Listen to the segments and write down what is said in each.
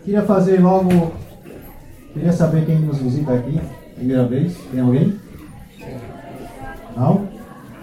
Queria fazer logo... Queria saber quem nos visita aqui. Primeira vez. Tem alguém? Não?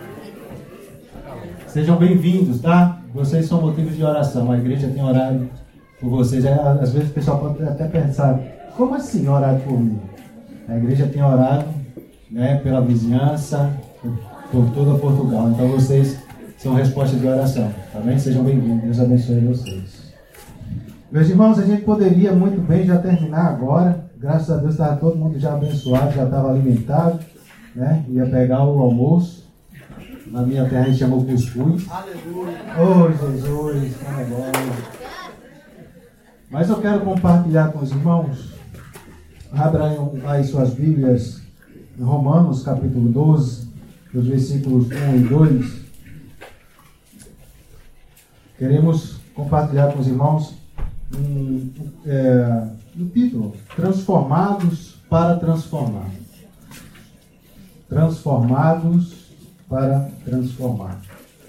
Sejam bem-vindos, tá? Vocês são motivos de oração. A igreja tem orado por vocês. Às vezes o pessoal pode até pensar, como assim orar por mim? A igreja tem orado, né, pela vizinhança, por toda Portugal. Então vocês são resposta de oração. Tá bem? Sejam bem-vindos. Deus abençoe vocês. Meus irmãos, a gente poderia muito bem já terminar agora. Graças a Deus estava todo mundo já abençoado, já estava alimentado, né? Ia pegar o almoço. Na minha terra a gente chamou cuscuz. Aleluia! Oh, Jesus! Que negócio! Mas eu quero compartilhar com os irmãos. Abram aí suas Bíblias em Romanos, capítulo 12, os versículos 1 e 2. Queremos compartilhar com os irmãos no título, Transformados para Transformar. Transformados para transformar.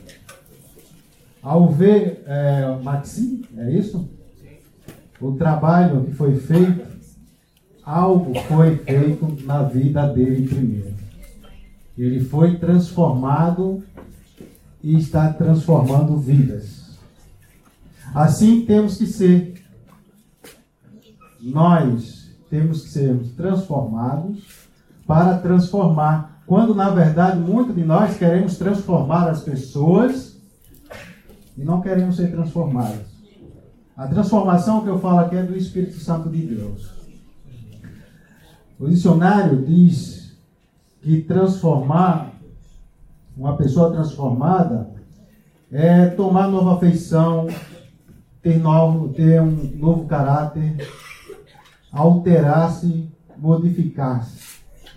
Ao ver Maxim, é isso? O trabalho que foi feito, algo foi feito na vida dele primeiro. Ele foi transformado e está transformando vidas. Assim temos que ser. Nós temos que ser transformados para transformar. Quando, na verdade, muitos de nós queremos transformar as pessoas e não queremos ser transformados. A transformação que eu falo aqui é do Espírito Santo de Deus. O dicionário diz que transformar, uma pessoa transformada, é tomar nova afeição, ter um novo caráter, alterar-se, modificar-se.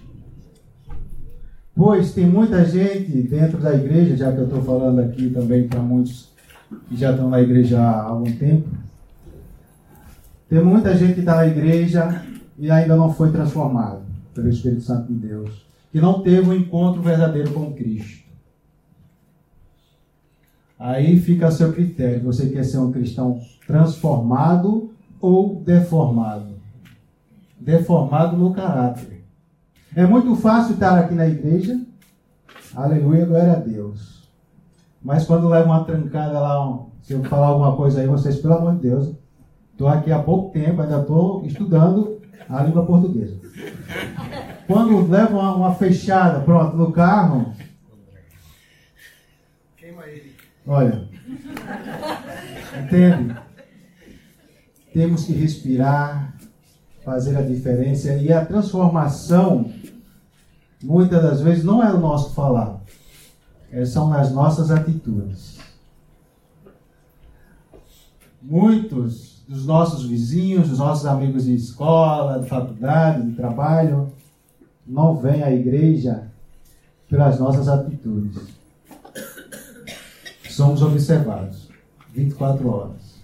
Pois tem muita gente dentro da igreja, já que eu estou falando aqui também para muitos que já estão na igreja há algum tempo. Tem muita gente que está na igreja e ainda não foi transformado pelo Espírito Santo de Deus, que não teve um encontro verdadeiro com Cristo. Aí fica a seu critério. Você quer ser um cristão transformado ou deformado? Deformado no caráter. É muito fácil estar aqui na igreja. Aleluia, glória a Deus. Mas quando leva uma trancada lá, se eu falar alguma coisa aí, vocês, pelo amor de Deus, estou aqui há pouco tempo, ainda estou estudando a língua portuguesa. Quando leva uma fechada, pronto, no carro... Olha, entende? Temos que respirar, fazer a diferença. E a transformação, muitas das vezes, não é o nosso falar. São nas nossas atitudes. Muitos dos nossos vizinhos, dos nossos amigos de escola, de faculdade, de trabalho, não vêm à igreja pelas nossas atitudes. Somos observados 24 horas.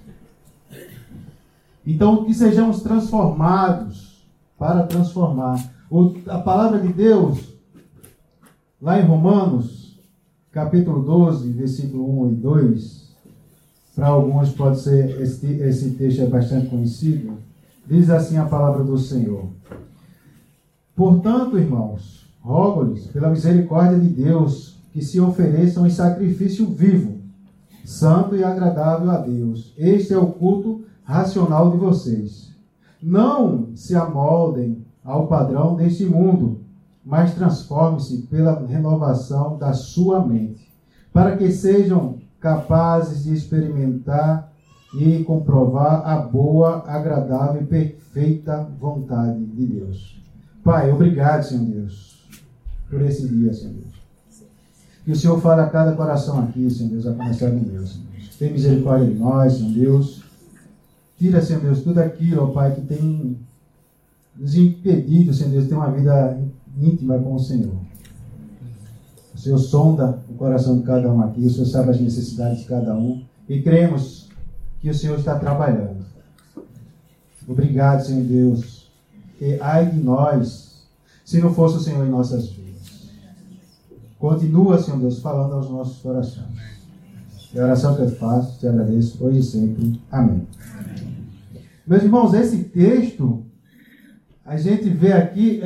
Então, que sejamos transformados para transformar. A palavra de Deus, lá em Romanos, capítulo 12, versículo 1 e 2, para alguns pode ser, esse texto é bastante conhecido, diz assim a palavra do Senhor. Portanto, irmãos, rogo-lhes, pela misericórdia de Deus, que se ofereçam em sacrifício vivo, santo e agradável a Deus. Este é o culto racional de vocês. Não se amoldem ao padrão deste mundo, mas transformem-se pela renovação da sua mente, para que sejam capazes de experimentar e comprovar a boa, agradável e perfeita vontade de Deus. Pai, obrigado, Senhor Deus, por esse dia, Senhor Deus. Que o Senhor fale a cada coração aqui, Senhor Deus, a começar no meu, Senhor Deus. Tem misericórdia de nós, Senhor Deus. Tira, Senhor Deus, tudo aquilo, ó Pai, que tem nos impedido, Senhor Deus, de ter uma vida íntima com o Senhor. O Senhor sonda o coração de cada um aqui, o Senhor sabe as necessidades de cada um. E cremos que o Senhor está trabalhando. Obrigado, Senhor Deus. E ai de nós, se não fosse o Senhor em nossas vidas. Continua, Senhor Deus, falando aos nossos corações. É a oração que eu faço, te agradeço, hoje e sempre. Amém. Meus irmãos, esse texto, a gente vê aqui,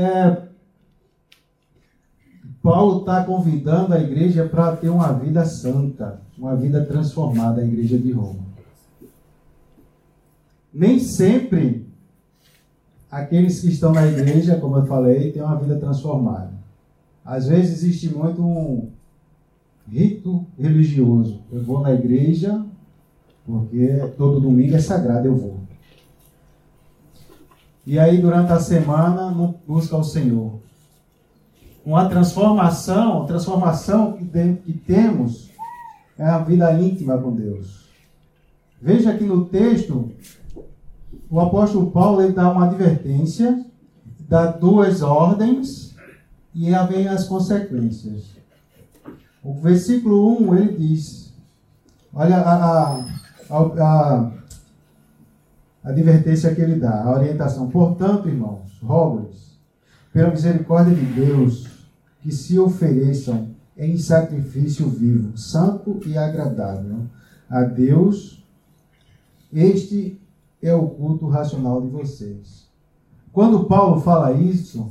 Paulo está convidando a igreja para ter uma vida santa, uma vida transformada, a igreja de Roma. Nem sempre aqueles que estão na igreja, como eu falei, têm uma vida transformada. Às vezes existe muito um rito religioso. Eu vou na igreja porque todo domingo é sagrado, eu vou. E aí durante a semana não busca o Senhor. Uma transformação que temos é a vida íntima com Deus. Veja que no texto, o apóstolo Paulo ele dá uma advertência, dá 2 ordens e aí vem as consequências. O versículo 1 ele diz, olha a advertência que ele dá, a orientação. Portanto, irmãos, rogo-lhes, pela misericórdia de Deus, que se ofereçam em sacrifício vivo, santo e agradável a Deus. Este é o culto racional de vocês. Quando Paulo fala isso,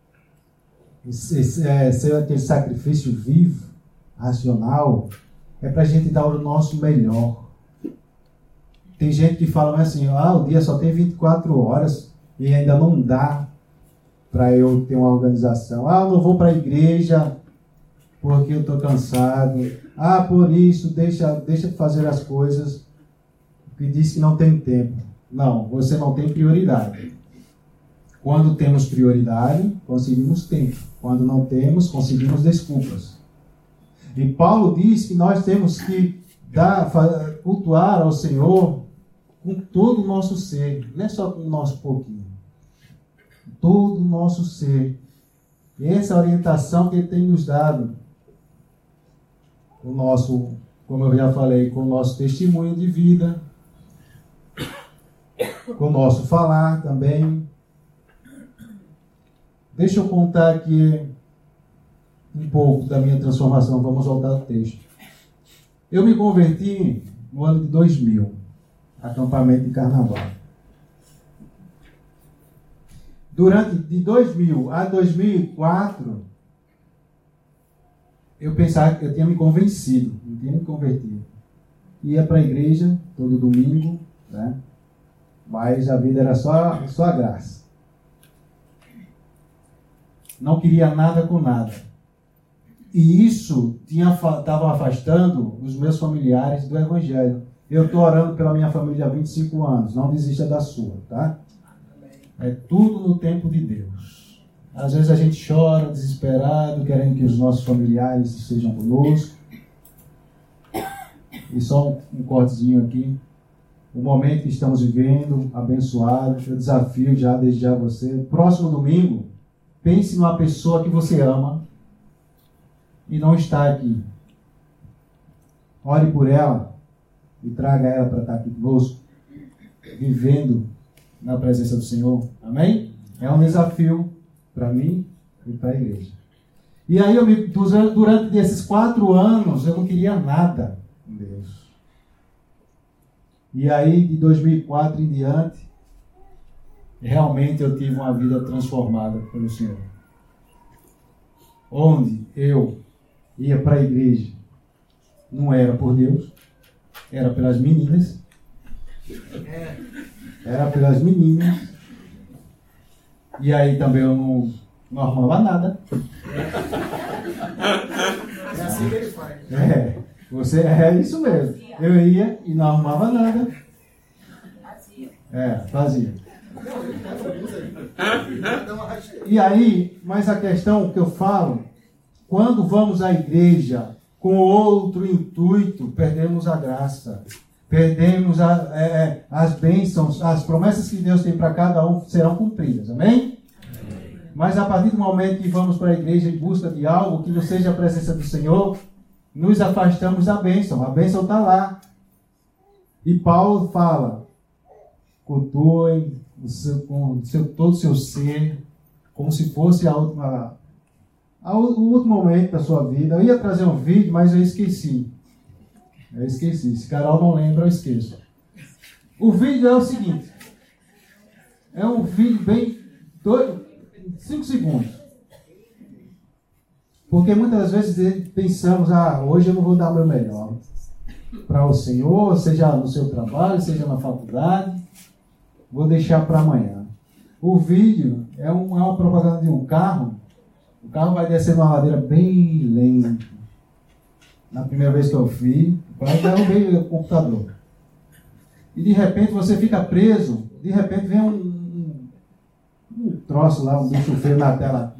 ser aquele sacrifício vivo, racional, é para a gente dar o nosso melhor. Tem gente que fala assim, o dia só tem 24 horas e ainda não dá para eu ter uma organização. Eu não vou para a igreja porque eu estou cansado. Por isso, deixa de fazer as coisas que diz que não tem tempo. Não, você não tem prioridade. Quando temos prioridade, conseguimos tempo. Quando não temos, conseguimos desculpas. E Paulo diz que nós temos que cultuar ao Senhor com todo o nosso ser, não é só com o nosso pouquinho. Todo o nosso ser. E essa orientação que ele tem nos dado, o nosso, como eu já falei, com o nosso testemunho de vida, com o nosso falar também. Deixa eu contar aqui um pouco da minha transformação. Vamos voltar ao texto. Eu me converti no ano de 2000, acampamento de carnaval. De 2000 a 2004, eu pensava que eu tinha me convencido, não tinha me convertido. Ia para a igreja todo domingo, né? Mas a vida era só a graça. Não queria nada com nada. E isso estava afastando os meus familiares do Evangelho. Eu estou orando pela minha família há 25 anos. Não desista da sua, tá? É tudo no tempo de Deus. Às vezes a gente chora desesperado, querendo que os nossos familiares estejam conosco. E só um cortezinho aqui. O momento que estamos vivendo, abençoado. Eu desafio desde já você. Próximo domingo, pense numa pessoa que você ama e não está aqui. Ore por ela e traga ela para estar aqui conosco, vivendo na presença do Senhor. Amém? É um desafio para mim e para a igreja. E aí, durante esses 4 anos, eu não queria nada com Deus. E aí, de 2004 em diante, realmente eu tive uma vida transformada pelo Senhor. Onde eu ia para a igreja, não era por Deus, era pelas meninas. Era pelas meninas. E aí também eu não arrumava nada. É assim que ele faz. É isso mesmo. Eu ia e não arrumava nada. Fazia. E aí, mas a questão que eu falo, quando vamos à igreja com outro intuito, perdemos a graça. Perdemos as bênçãos, as promessas que Deus tem para cada um serão cumpridas, amém? Mas a partir do momento que vamos para a igreja em busca de algo que não seja a presença do Senhor, nos afastamos da bênção. A bênção está lá. E Paulo fala, cultuem todo o seu ser, como se fosse o último momento da sua vida. Eu ia trazer um vídeo, mas eu esqueci. Se Carol não lembra, eu esqueço. O vídeo é o seguinte. É um vídeo bem... 5 segundos. Porque muitas vezes pensamos, hoje eu não vou dar o meu melhor para o Senhor, seja no seu trabalho, seja na faculdade, vou deixar para amanhã. O vídeo é uma propaganda de um carro. O carro vai descer uma ladeira bem lenta. Na primeira vez que eu vi, eu derrubei o computador. E de repente você fica preso, de repente vem um troço lá, um bicho feio na tela.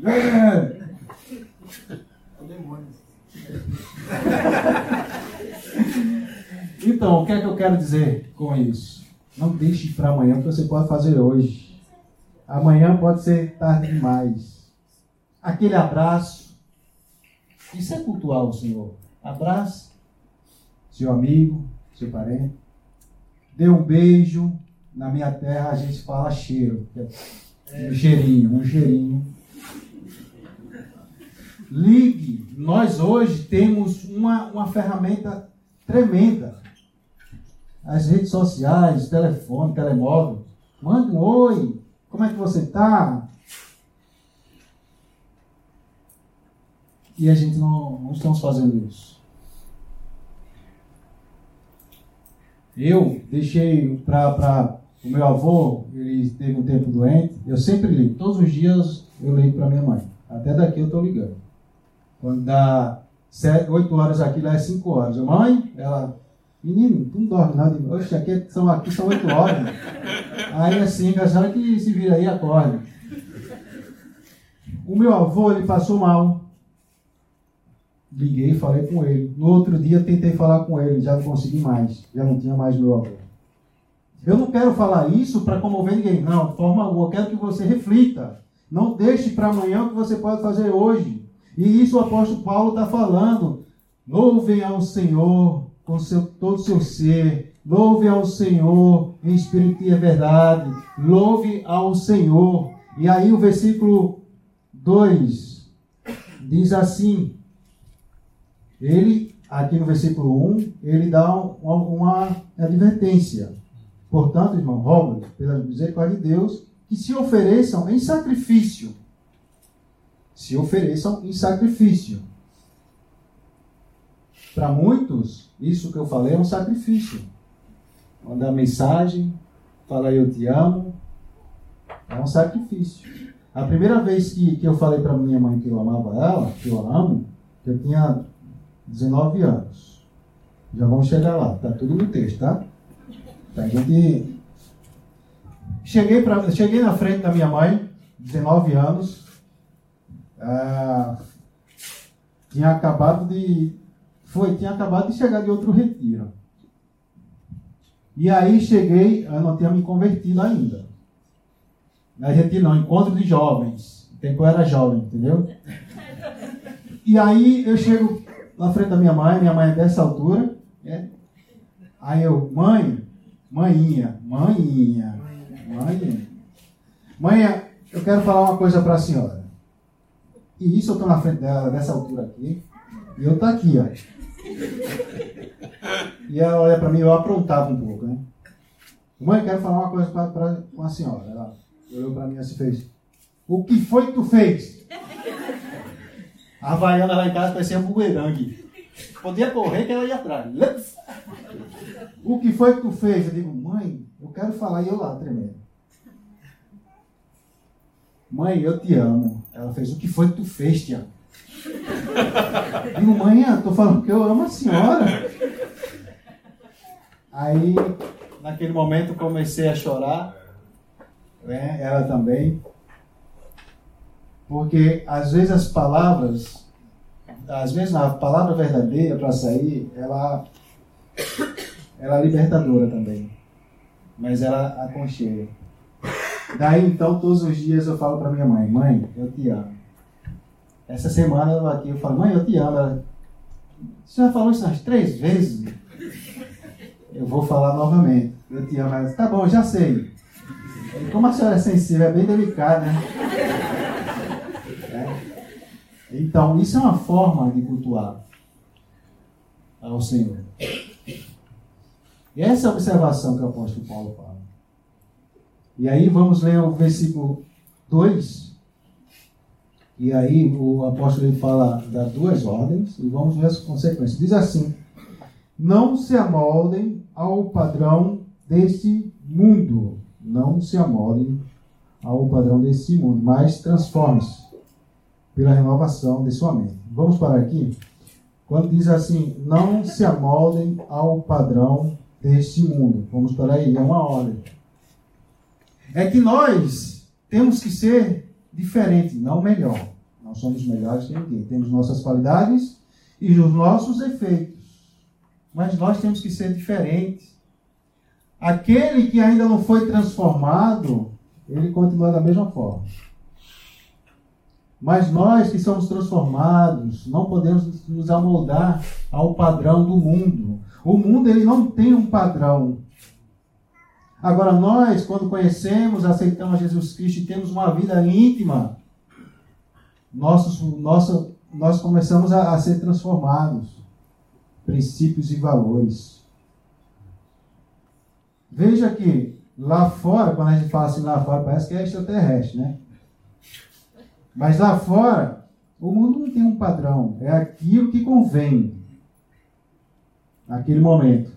Então, o que é que eu quero dizer com isso? Não deixe para amanhã o que você pode fazer hoje. Amanhã pode ser tarde demais. Aquele abraço. Isso é cultuar o Senhor. Abraça seu amigo, seu parente. Dê um beijo. Na minha terra a gente fala cheiro. Um cheirinho. Ligue. Nós hoje temos uma ferramenta tremenda. As redes sociais, telefone, telemóvel. Manda um oi. Como é que você está? E a gente não estamos fazendo isso. Eu deixei para o meu avô, ele teve um tempo doente, eu sempre ligo. Todos os dias eu ligo para minha mãe. Até daqui eu estou ligando. Quando dá 8 horas aqui, lá é 5 horas. Mãe, ela... Menino, tu não dorme não. Eu digo, oxe, aqui são 8 horas. Né? Aí assim, a senhora que se vira aí, acorda. O meu avô, ele passou mal. Liguei e falei com ele. No outro dia tentei falar com ele, já não consegui mais. Já não tinha mais meu avô. Eu não quero falar isso para comover ninguém. Não, de forma alguma. Eu quero que você reflita. Não deixe para amanhã o que você pode fazer hoje. E isso o apóstolo Paulo está falando. Louvem ao Senhor com todo o seu ser. Louve ao Senhor em espírito e verdade. Louve ao Senhor. E aí o versículo 2 diz assim. Ele, aqui no versículo 1, ele dá uma advertência. Portanto, irmão, rogo-lhe, pela misericórdia de Deus, que se ofereçam em sacrifício. Se ofereçam em sacrifício. Para muitos, isso que eu falei é um sacrifício. Mandar mensagem, falar eu te amo, é um sacrifício. A primeira vez que eu falei para minha mãe que eu amava ela, que eu a amo, eu tinha 19 anos. Já vamos chegar lá, tá tudo no texto, tá? A gente... Cheguei na frente da minha mãe, 19 anos. Tinha acabado de chegar de outro retiro. E aí cheguei, eu não tinha me convertido ainda. Não é retiro não, encontro de jovens. No tempo eu era jovem, entendeu? E aí eu chego na frente da minha mãe é dessa altura, né? Aí eu, mãe, eu quero falar uma coisa para a senhora. E isso eu estou na frente dela, dessa altura aqui, e eu estou aqui, ó. E ela olha para mim, eu aprontava um pouco, né? Mãe, eu quero falar uma coisa com a senhora. Ela olhou para mim assim e fez, o que foi que tu fez? A Havaiana lá em casa parecia um bumerangue. Podia correr que ela ia atrás. O que foi que tu fez? Eu digo, mãe, eu quero falar. E eu lá, tremendo. Mãe, eu te amo. Ela fez, o que foi que tu fez, Tiago? Eu digo, mãe, eu tô falando que eu amo a senhora. Aí, naquele momento, comecei a chorar. Né? Ela também. Porque, às vezes, a palavra verdadeira para sair, ela é libertadora também. Mas ela aconchega. Daí, então, todos os dias eu falo para minha mãe, mãe, eu te amo. Essa semana eu falo, mãe, eu te amo. Ela, você já falou isso umas 3 vezes? Eu vou falar novamente, eu te amo. Ela diz, tá bom, já sei. E como a senhora é sensível, é bem delicada, né? Então, isso é uma forma de cultuar ao Senhor. E essa é a observação que o apóstolo Paulo fala. E aí vamos ler o versículo 2. E aí o apóstolo ele fala das duas ordens e vamos ver as consequências. Diz assim: não se amoldem ao padrão deste mundo. Não se amoldem ao padrão desse mundo, mas transforme-se pela renovação de sua mente. Vamos parar aqui. Quando diz assim, não se amoldem ao padrão deste mundo. Vamos parar aí, é uma ordem. É que nós temos que ser diferentes, não melhor. Nós somos melhores que ninguém. Temos nossas qualidades e os nossos defeitos. Mas nós temos que ser diferentes. Aquele que ainda não foi transformado, ele continua da mesma forma. Mas nós que somos transformados, não podemos nos amoldar ao padrão do mundo. O mundo ele não tem um padrão. Agora nós, quando conhecemos, aceitamos Jesus Cristo e temos uma vida íntima, nós começamos a ser transformados. Princípios e valores. Veja que lá fora, quando a gente fala assim lá fora, parece que é extraterrestre, né? Mas lá fora, o mundo não tem um padrão. É aquilo que convém. Naquele momento.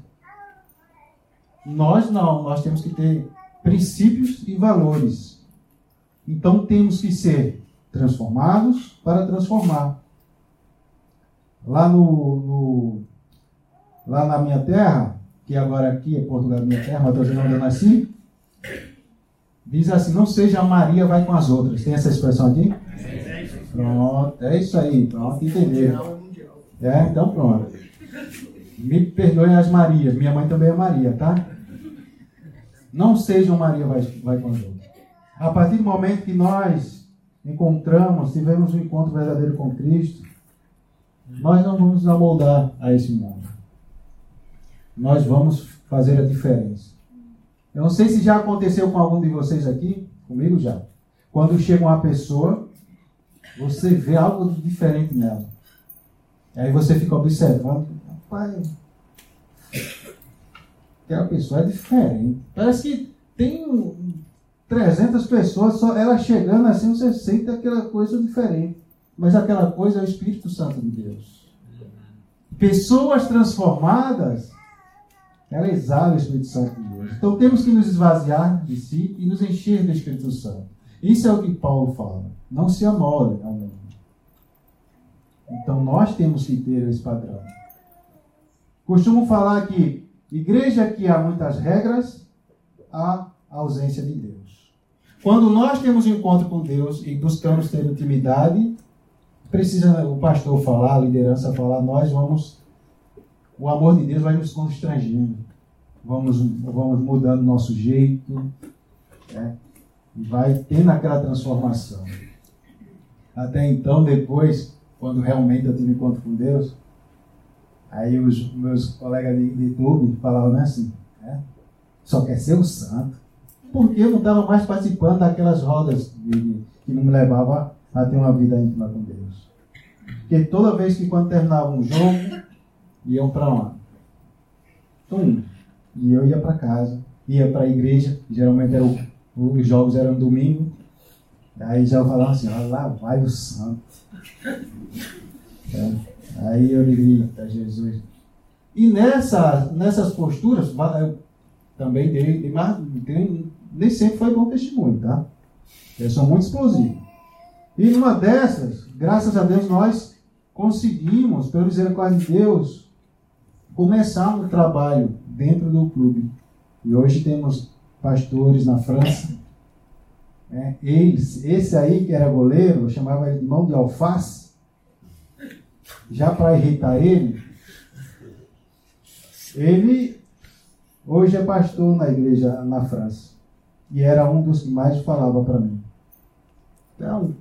Nós não. Nós temos que ter princípios e valores. Então temos que ser transformados para transformar. Lá na minha terra, que agora aqui é Portugal, minha terra, mas onde eu nasci, diz assim, não seja a Maria vai com as outras. Tem essa expressão aqui? Pronto, é isso aí, pronto, entenderam. Então pronto. Me perdoem as Marias, minha mãe também é Maria, tá? Não sejam Maria vai com as outras. A partir do momento que nós tivemos um encontro verdadeiro com Cristo, nós não vamos nos amoldar a esse mundo. Nós vamos fazer a diferença. Eu não sei se já aconteceu com algum de vocês aqui, comigo já. Quando chega uma pessoa, você vê algo diferente nela. Aí você fica observando, rapaz, aquela pessoa é diferente. Parece que tem 300 pessoas, só ela chegando assim, você sente aquela coisa diferente. Mas aquela coisa é o Espírito Santo de Deus. Pessoas transformadas, ela exala o Espírito Santo de Deus. Então temos que nos esvaziar de si e nos encher do Espírito Santo. Isso é o que Paulo fala. Não se amole ao mundo. Então nós temos que ter esse padrão. Costumo falar que igreja que há muitas regras, há ausência de Deus. Quando nós temos um encontro com Deus e buscamos ter intimidade, precisa o pastor falar, a liderança falar, o amor de Deus vai nos constrangendo. Vamos mudando o nosso jeito, né? E vai tendo aquela transformação. Até então, depois, quando realmente eu tive encontro com Deus, aí os meus colegas de clube falavam assim, né? Só quer ser o santo. Porque eu não estava mais participando daquelas rodas que não me levavam a ter uma vida íntima com Deus. Porque toda vez que quando terminava um jogo, iam para lá. E eu ia para casa, ia para a igreja, geralmente os jogos eram domingo, aí já falavam assim, lá vai o santo. Aí eu digo, eita Jesus. E nessas posturas, eu também nem sempre foi bom testemunho, tá? Eu sou muito explosivo. E numa dessas, graças a Deus, nós conseguimos, pela misericórdia de Deus, começar um trabalho dentro do clube. E hoje temos pastores na França. Esse aí que era goleiro, eu chamava ele de mão de alface, já para irritar ele hoje é pastor na igreja na França. E era um dos que mais falava para mim. Então,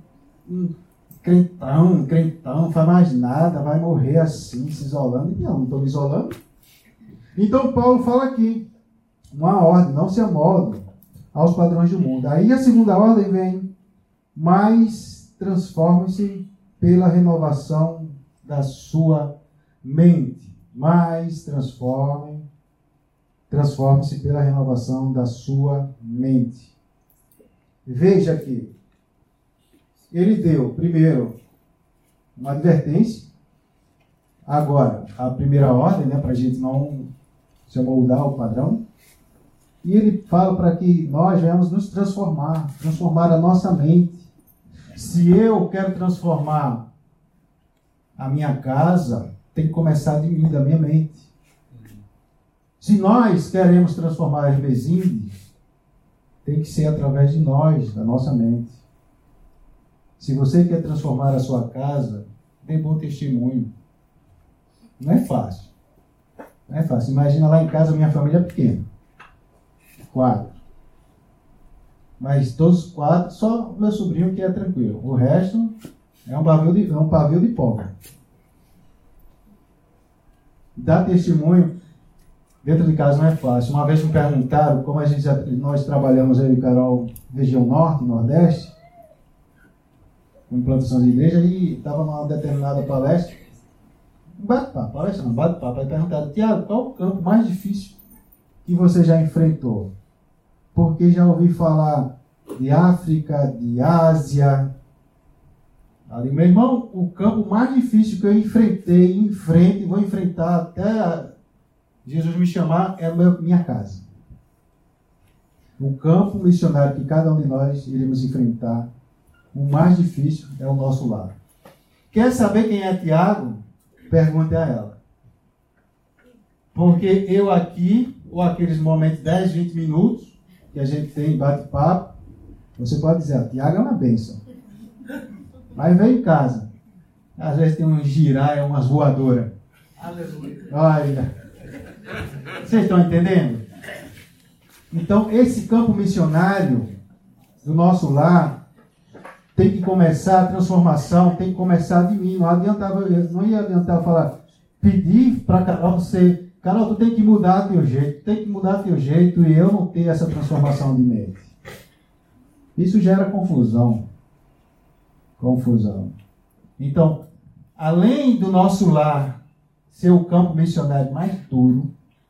crentão, não faz mais nada, vai morrer assim, se isolando. Não estou me isolando. Então Paulo fala aqui, uma ordem, não se amolde aos padrões do mundo. Aí a segunda ordem vem, mas transforme-se pela renovação da sua mente. Mas transforme-se pela renovação da sua mente. Veja que ele deu, primeiro, uma advertência. Agora, a primeira ordem, né, para a gente não se amoldar o padrão. E ele fala para que nós venhamos nos transformar a nossa mente. Se eu quero transformar a minha casa, tem que começar de mim, da minha mente. Se nós queremos transformar a Resende, tem que ser através de nós, da nossa mente. Se você quer transformar a sua casa, dê bom testemunho. Não é fácil. Não é fácil. Imagina lá em casa, minha família é pequena. 4. Mas todos os 4, só o meu sobrinho que é tranquilo. O resto é um pavio de pólvora. Dar testemunho dentro de casa não é fácil. Uma vez me perguntaram como nós trabalhamos, eu e Carol, região norte e nordeste, com implantação de igreja, e estava numa determinada palestra. Bate-papo. Aí perguntaram: Tiago, qual o campo mais difícil que você já enfrentou? Porque já ouvi falar de África, de Ásia. Ali, meu irmão, o campo mais difícil que eu enfrento e vou enfrentar até Jesus me chamar é minha casa. O campo missionário que cada um de nós iremos enfrentar, o mais difícil é o nosso lar. Quer saber quem é Tiago? Pergunte a ela. Porque eu aqui, ou aqueles momentos 10, 20 minutos, que a gente tem bate-papo, você pode dizer: Tiago é uma bênção. Mas vem em casa. Às vezes tem um giraia, umas voadoras. Aleluia. Olha. Vocês estão entendendo? Então, esse campo missionário do nosso lar tem que começar a transformação, tem que começar de mim. Não ia adiantar falar, pedir para Carol ser: Carol, tu tem que mudar teu jeito, e eu não ter essa transformação de mente. Isso gera confusão. Então, além do nosso lar ser o campo missionário mais duro,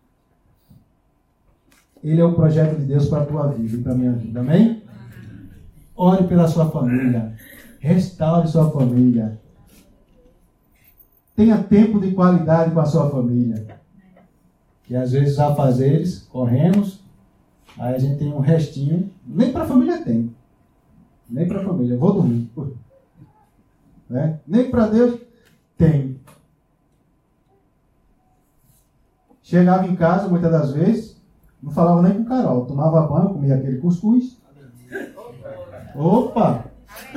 ele é o projeto de Deus para a tua vida e para a minha vida. Amém? Ore pela sua família. Restaure sua família. Tenha tempo de qualidade com a sua família. Que às vezes, a fazeres, corremos, aí a gente tem um restinho. Nem para a família tem. Nem para a família. Eu vou dormir. Né? Nem para Deus tem. Chegava em casa, muitas das vezes, não falava nem com Carol. Tomava banho, comia aquele cuscuz. Opa!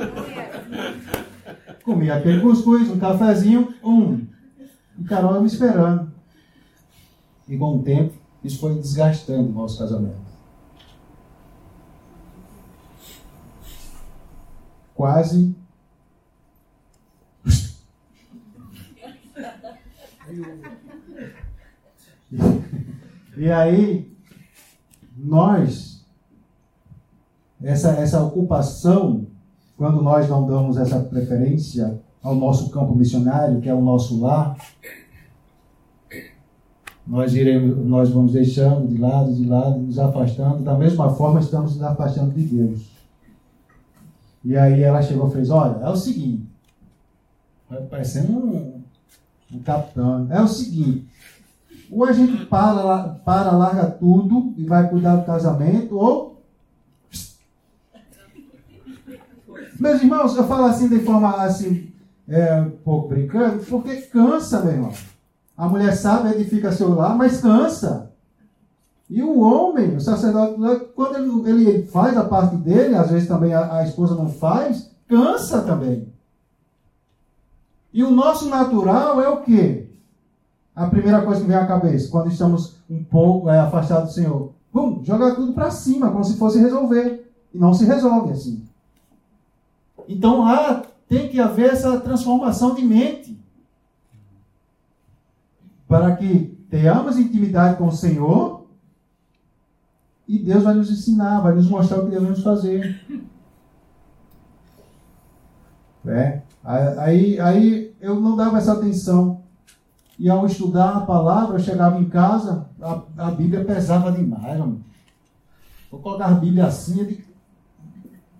Comia aquele cuscuz, um cafezinho, E Carol me esperando. E com o tempo, isso foi desgastando o nosso casamento. Quase. E aí, essa ocupação, quando nós não damos essa preferência ao nosso campo missionário, que é o nosso lar, nós vamos deixando de lado, nos afastando. Da mesma forma, estamos nos afastando de Deus. E aí ela chegou e fez: olha, é o seguinte, vai parecendo um capitão, é o seguinte, ou a gente larga tudo e vai cuidar do casamento, ou... Meus irmãos, eu falo assim de forma assim, um pouco brincando, porque cansa, meu irmão. A mulher sabe, edifica seu lar, mas cansa. E o homem, o sacerdote, quando ele faz a parte dele, às vezes também a esposa não faz, cansa também. E o nosso natural é o quê? A primeira coisa que vem à cabeça, quando estamos um pouco afastados do Senhor. Jogar tudo para cima, como se fosse resolver. E não se resolve assim. Então, tem que haver essa transformação de mente. Para que tenhamos intimidade com o Senhor, e Deus vai nos ensinar, vai nos mostrar o que devemos fazer. Aí eu não dava essa atenção. E ao estudar a palavra, eu chegava em casa, a Bíblia pesava demais. Vou colocar a Bíblia assim,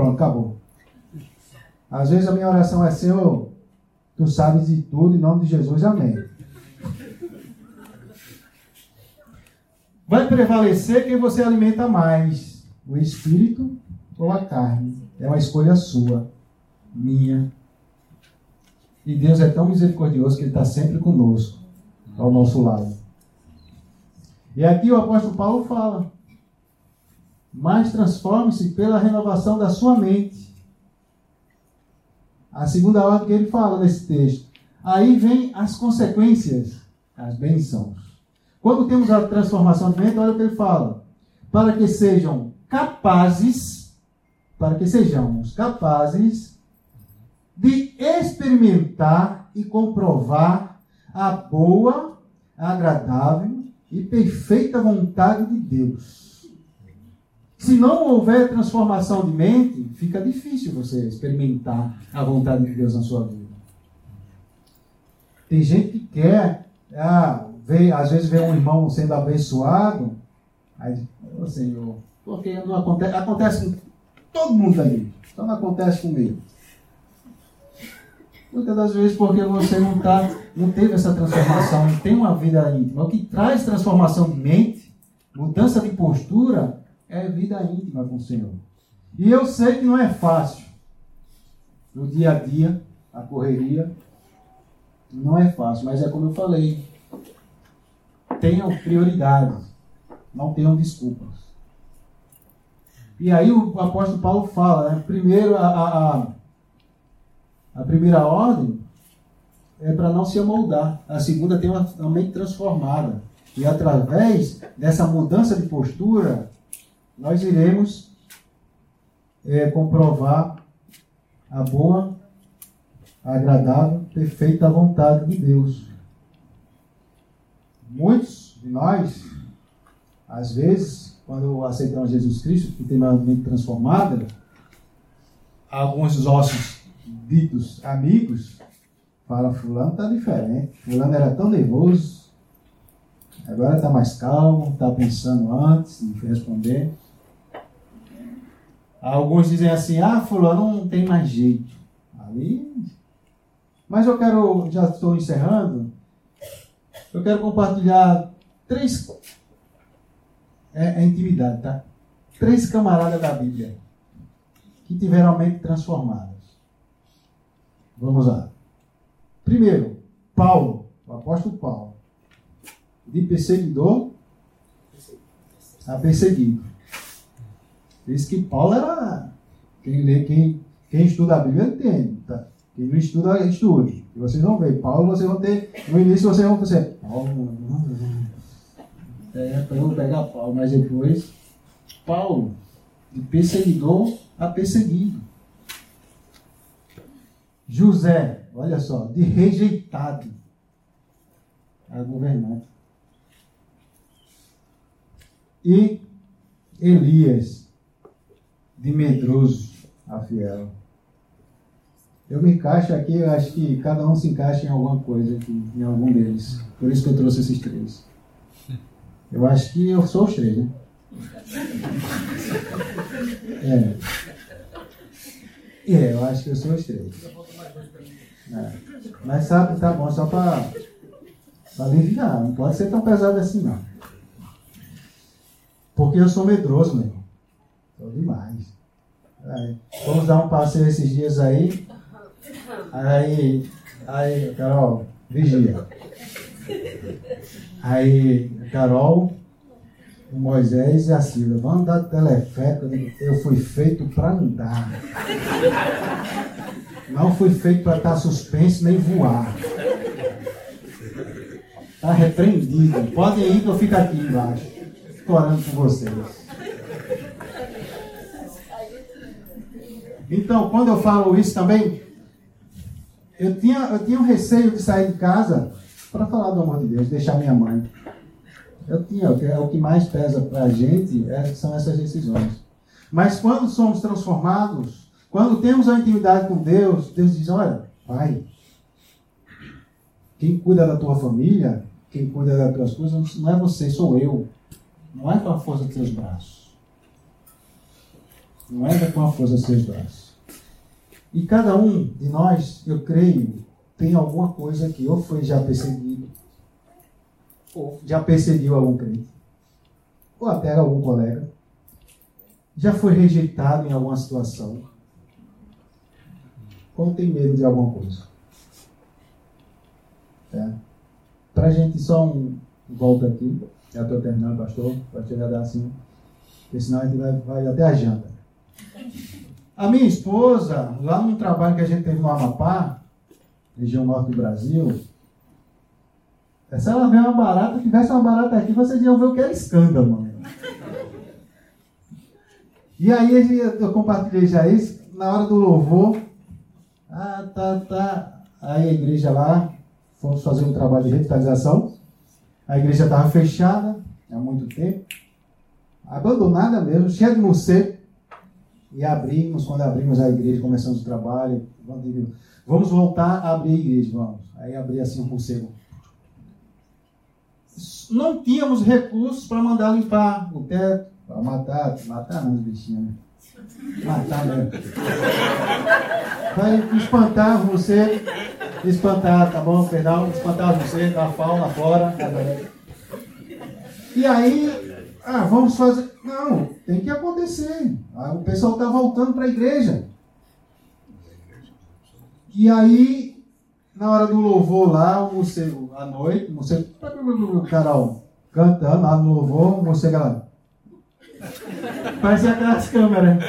pronto, acabou. Às vezes a minha oração é: Senhor, tu sabes de tudo, em nome de Jesus, amém. Vai prevalecer quem você alimenta mais, o espírito ou a carne. É uma escolha sua, minha. E Deus é tão misericordioso que Ele está sempre conosco, ao nosso lado. E aqui o apóstolo Paulo fala: mas transforme-se pela renovação da sua mente. A segunda ordem que ele fala nesse texto. Aí vem as consequências, as bênçãos. Quando temos a transformação de mente, olha o que ele fala: para que sejamos capazes de experimentar e comprovar a boa, agradável e perfeita vontade de Deus. Se não houver transformação de mente, fica difícil você experimentar a vontade de Deus na sua vida. Tem gente que quer, às vezes vê um irmão sendo abençoado, aí diz: ô Senhor, porque não acontece com todo mundo aí, então não acontece comigo. Muitas das vezes porque você não teve essa transformação, não tem uma vida íntima. O que traz transformação de mente, mudança de postura, é vida íntima com o Senhor. E eu sei que não é fácil. No dia a dia, a correria, não é fácil, mas é como eu falei. Tenham prioridades, não tenham desculpas. E aí o apóstolo Paulo fala, né? Primeiro, a primeira ordem é para não se amoldar. A segunda tem uma mente transformada. E através dessa mudança de postura, nós iremos comprovar a boa, agradável, perfeita vontade de Deus. Muitos de nós, às vezes, quando aceitamos Jesus Cristo, que tem uma mente transformada, alguns nossos ditos amigos falam: fulano está diferente, fulano era tão nervoso, agora está mais calmo, está pensando antes de responder. Alguns dizem assim: fulano não tem mais jeito. Mas já estou encerrando, eu quero compartilhar 3, intimidade, tá? 3 camaradas da Bíblia que tiveram a mente transformada. Vamos lá. Primeiro, Paulo, o apóstolo Paulo. De perseguidor a perseguido. Diz que Paulo era... Quem estuda a Bíblia entende. Tá? Quem não estuda, estude. E vocês vão ver. Paulo, vocês vão ter... No início vocês vão dizer: Paulo... eu vou pegar Paulo. Mas depois... Paulo, de perseguidor a perseguido. José, olha só, de rejeitado a governante. E Elias, de medroso a fiel. Eu me encaixo aqui, eu acho que cada um se encaixa em alguma coisa aqui, em algum deles. Por isso que eu trouxe esses 3. Eu acho que eu sou os 3, né? Eu acho que eu sou os 3. Mas sabe, tá bom, só para aliviar. Não pode ser tão pesado assim, não. Porque eu sou medroso, meu irmão. Sou demais. Vamos dar um passeio esses dias aí. Aí, Carol, vigia. Aí, Carol, o Moisés e a Silvia: vamos andar de teleférico. Eu fui feito para andar. Não fui feito para estar suspenso nem voar. Está repreendido. Podem ir que eu fico aqui embaixo, fico orando por vocês. Então, quando eu falo isso também, eu tinha um receio de sair de casa para falar do amor de Deus, deixar minha mãe. O que mais pesa para a gente são essas decisões. Mas quando somos transformados, quando temos a intimidade com Deus, Deus diz: olha, pai, quem cuida da tua família, quem cuida das tuas coisas, não é você, sou eu. Não é com a força dos teus braços. Não entra com a força dos seus braços. E cada um de nós, eu creio, tem alguma coisa que ou foi já perseguido, ou já perseguiu algum crente, ou até algum colega, já foi rejeitado em alguma situação, ou tem medo de alguma coisa. Para a gente só volta aqui, já estou terminando, pastor, para chegar dar assim, porque senão a gente vai até a janta. A minha esposa, lá num trabalho que a gente teve no Amapá, região norte do Brasil, se ela vê uma barata, tivesse uma barata aqui, vocês iam ver o que era escândalo, mano. E aí eu compartilhei já isso, na hora do louvor, aí a igreja lá, fomos fazer um trabalho de revitalização, a igreja estava fechada há muito tempo, abandonada mesmo, cheia de morcego, e quando abrimos a igreja, começamos o trabalho, vamos voltar a abrir a igreja, vamos. Aí abri assim um morcego. Não tínhamos recursos para mandar limpar o teto, para matar não os bichinhos, né? Matar mesmo. Vai espantar você, espantar, tá bom, perdão, espantar você, a fauna fora. E aí, vamos fazer. Não, tem que acontecer. O pessoal está voltando para a igreja. E aí, na hora do louvor lá, o morcego, à noite, o morcego, Carol, cantando lá no louvor, o morcego lá. Parecia aquelas câmeras.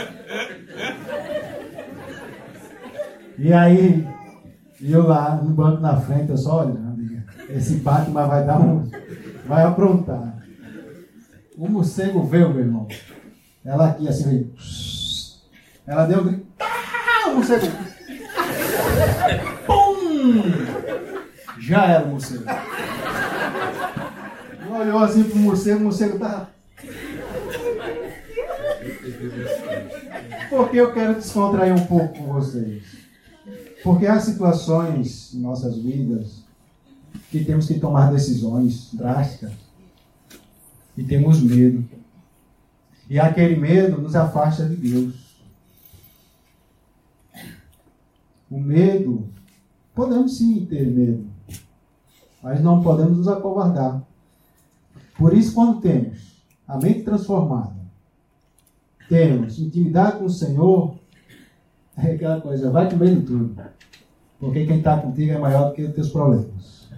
E aí, eu lá no banco na frente, eu só olhando. Esse Batman vai aprontar. O morcego veio, meu irmão. Ela aqui assim veio. Ela deu um grito. O morcego. Pum! Já era o morcego. Olhou assim pro morcego, o morcego tá. Porque eu quero descontrair um pouco com vocês. Porque há situações em nossas vidas que temos que tomar decisões drásticas. E temos medo. E aquele medo nos afasta de Deus. O medo, podemos sim ter medo, mas não podemos nos acovardar. Por isso, quando temos a mente transformada, temos intimidade com o Senhor, é aquela coisa, vai com medo de tudo. Porque quem está contigo é maior do que os teus problemas.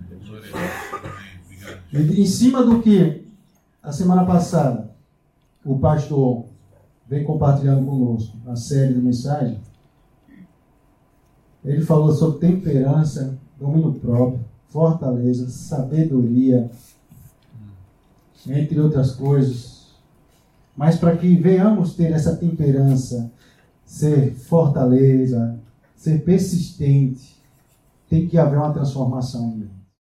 E em cima do que a semana passada o pastor vem compartilhando conosco a série de mensagens, ele falou sobre temperança, domínio próprio, fortaleza, sabedoria, entre outras coisas. Mas para que venhamos ter essa temperança, ser fortaleza, ser persistente, tem que haver uma transformação.